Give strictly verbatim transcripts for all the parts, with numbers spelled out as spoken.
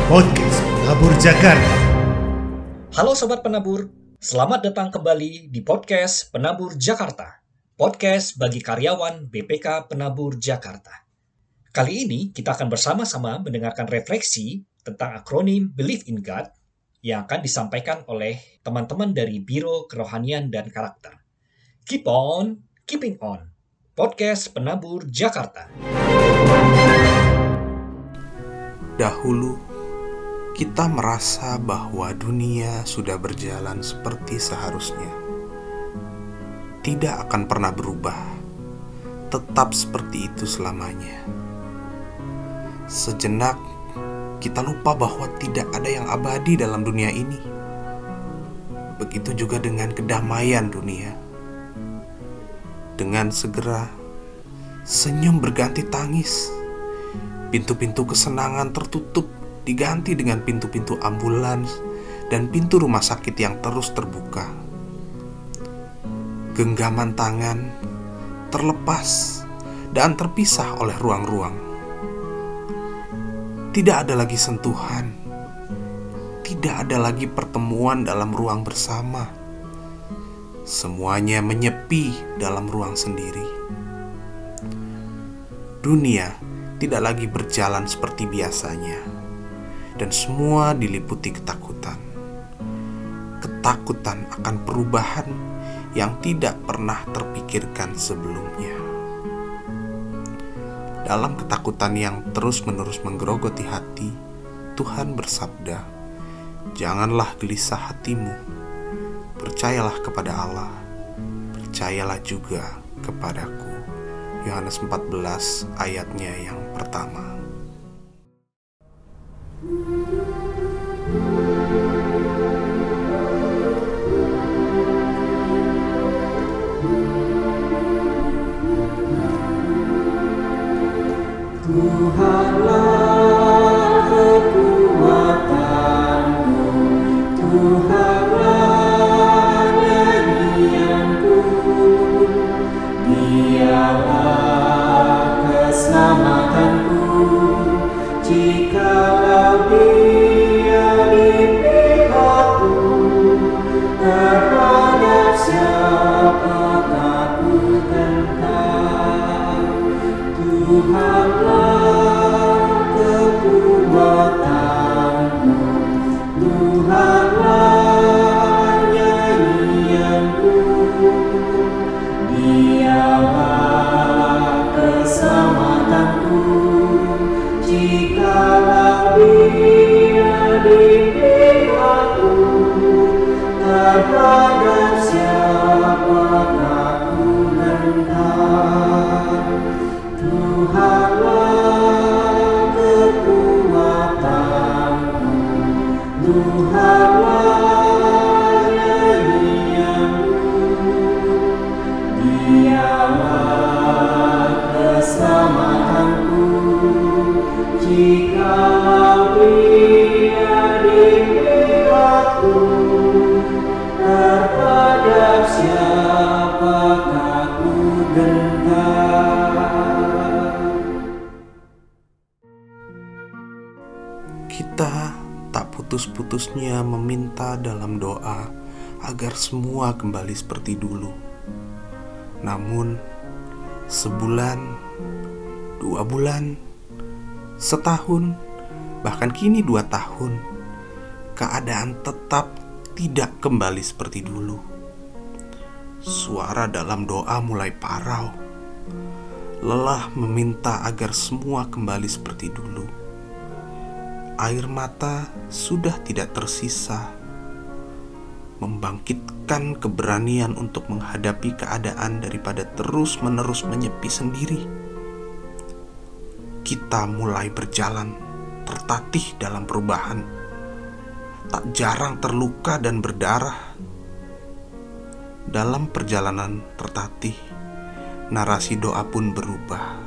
Podcast Penabur Jakarta. Halo Sobat Penabur, selamat datang kembali di Podcast Penabur Jakarta, podcast bagi karyawan B P K Penabur Jakarta. Kali ini kita akan bersama-sama mendengarkan refleksi tentang akronim Believe in God yang akan disampaikan oleh teman-teman dari Biro Kerohanian dan Karakter. Keep on, keeping on. Podcast Penabur Jakarta. Dahulu, kita merasa bahwa dunia sudah berjalan seperti seharusnya. Tidak akan pernah berubah, tetap seperti itu selamanya. Sejenak, kita lupa bahwa tidak ada yang abadi dalam dunia ini. Begitu juga dengan kedamaian dunia. Dengan segera, senyum berganti tangis. Pintu-pintu kesenangan tertutup, diganti dengan pintu-pintu ambulans dan pintu rumah sakit yang terus terbuka. Genggaman tangan terlepas dan terpisah oleh ruang-ruang. Tidak ada lagi sentuhan, tidak ada lagi pertemuan dalam ruang bersama. Semuanya menyepi dalam ruang sendiri. Dunia tidak lagi berjalan seperti biasanya. Dan semua diliputi ketakutan. Ketakutan akan perubahan yang tidak pernah terpikirkan sebelumnya. Dalam ketakutan yang terus-menerus menggerogoti hati, Tuhan bersabda, "Janganlah gelisah hatimu. Percayalah kepada Allah. Percayalah juga kepadaku." Yohanes empat belas ayatnya yang pertama. Tuhanlah kekuatanku, Tuhanlah nyanyianku, Dialah keselamatanku, jikalau Dia di pihakku, terhadap siapakah ku gentar. Tuhanlah kekuatanku, Tuhanlah nyanyianku, Dialah keselamatanku, jikalau Dia di pihakku, terhadap siapakah ku gentar. Tuhanlah kekuatanku, Tuhanlah nyanyianku, Dialah keselamatanku, jikalau Dia di pihakku, terhadap siapakah ku gentar. Kita tak putus-putusnya meminta dalam doa agar semua kembali seperti dulu. Namun, sebulan, dua bulan, setahun, bahkan kini dua tahun, keadaan tetap tidak kembali seperti dulu. Suara dalam doa mulai parau. Lelah meminta agar semua kembali seperti dulu. Air mata sudah tidak tersisa, membangkitkan keberanian untuk menghadapi keadaan daripada terus-menerus menyepi sendiri. Kita mulai berjalan tertatih dalam perubahan, tak jarang terluka dan berdarah. Dalam perjalanan tertatih, narasi doa pun berubah.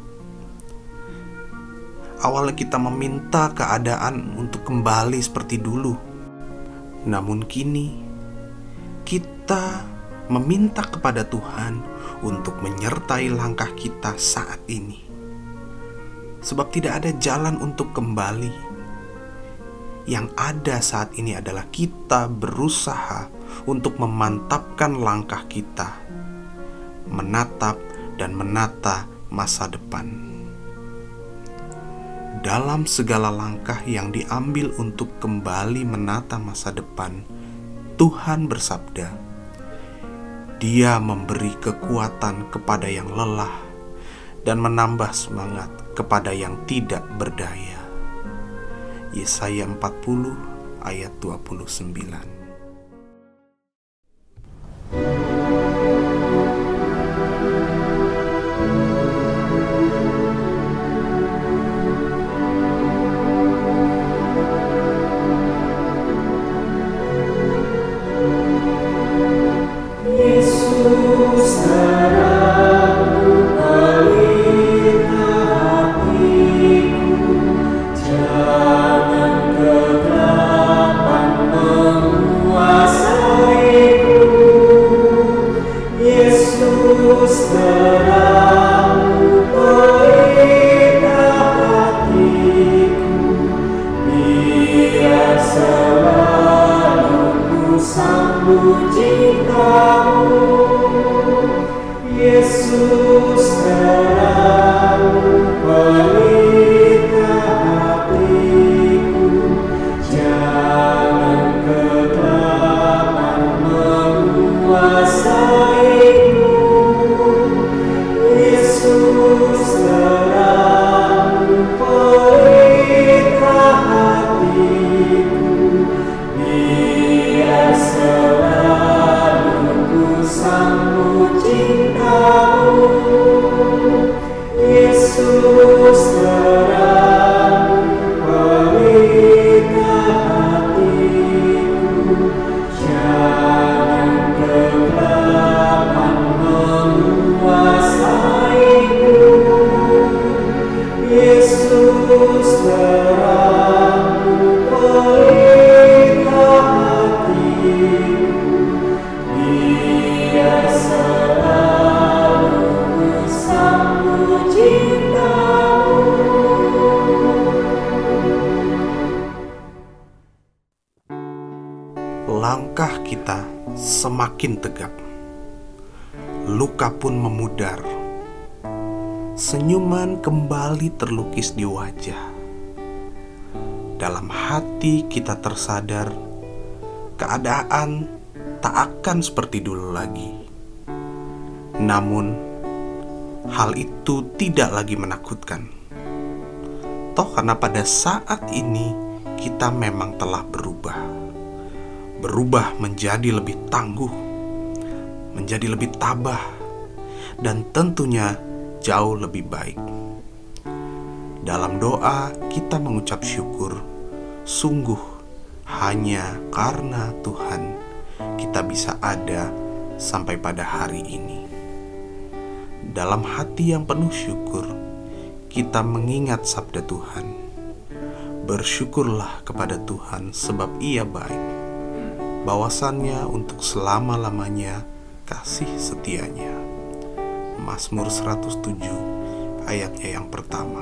Awalnya kita meminta keadaan untuk kembali seperti dulu. Namun kini, kita meminta kepada Tuhan untuk menyertai langkah kita saat ini. Sebab tidak ada jalan untuk kembali. Yang ada saat ini adalah kita berusaha untuk memantapkan langkah kita, menatap dan menata masa depan. Dalam segala langkah yang diambil untuk kembali menata masa depan, Tuhan bersabda, Dia memberi kekuatan kepada yang lelah dan menambah semangat kepada yang tidak berdaya. Yesaya empat puluh ayat dua puluh sembilan. Yesus terang pelita hatiku, jangan kegelapan menguasaiku. Yesus terang pelita hatiku, biar selalu ku sambut cintamu. Yesus terang pelita hatiku, jangan kegelapan menguasaiku. Yesus terang pelita hatiku, biar selalu ku sambut cintamu. Langkah kita semakin tegap, luka pun memudar. Senyuman kembali terlukis di wajah. Dalam hati kita tersadar, keadaan tak akan seperti dulu lagi. Namun, hal itu tidak lagi menakutkan. Toh karena pada saat ini kita memang telah berubah. Berubah menjadi lebih tangguh, menjadi lebih tabah, dan tentunya jauh lebih baik. Dalam doa kita mengucap syukur, sungguh hanya karena Tuhan kita bisa ada sampai pada hari ini. Dalam hati yang penuh syukur, kita mengingat sabda Tuhan. Bersyukurlah kepada Tuhan sebab Ia baik. Bahwasannya untuk selama-lamanya kasih setianya. Mazmur seratus tujuh ayatnya yang pertama.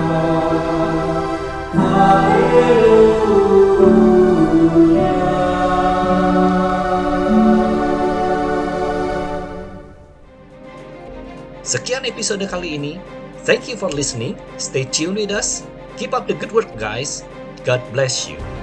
Haleluya. episode kali ini. Thank you for listening. Stay tuned with us. Keep up the good work, guys. God bless you.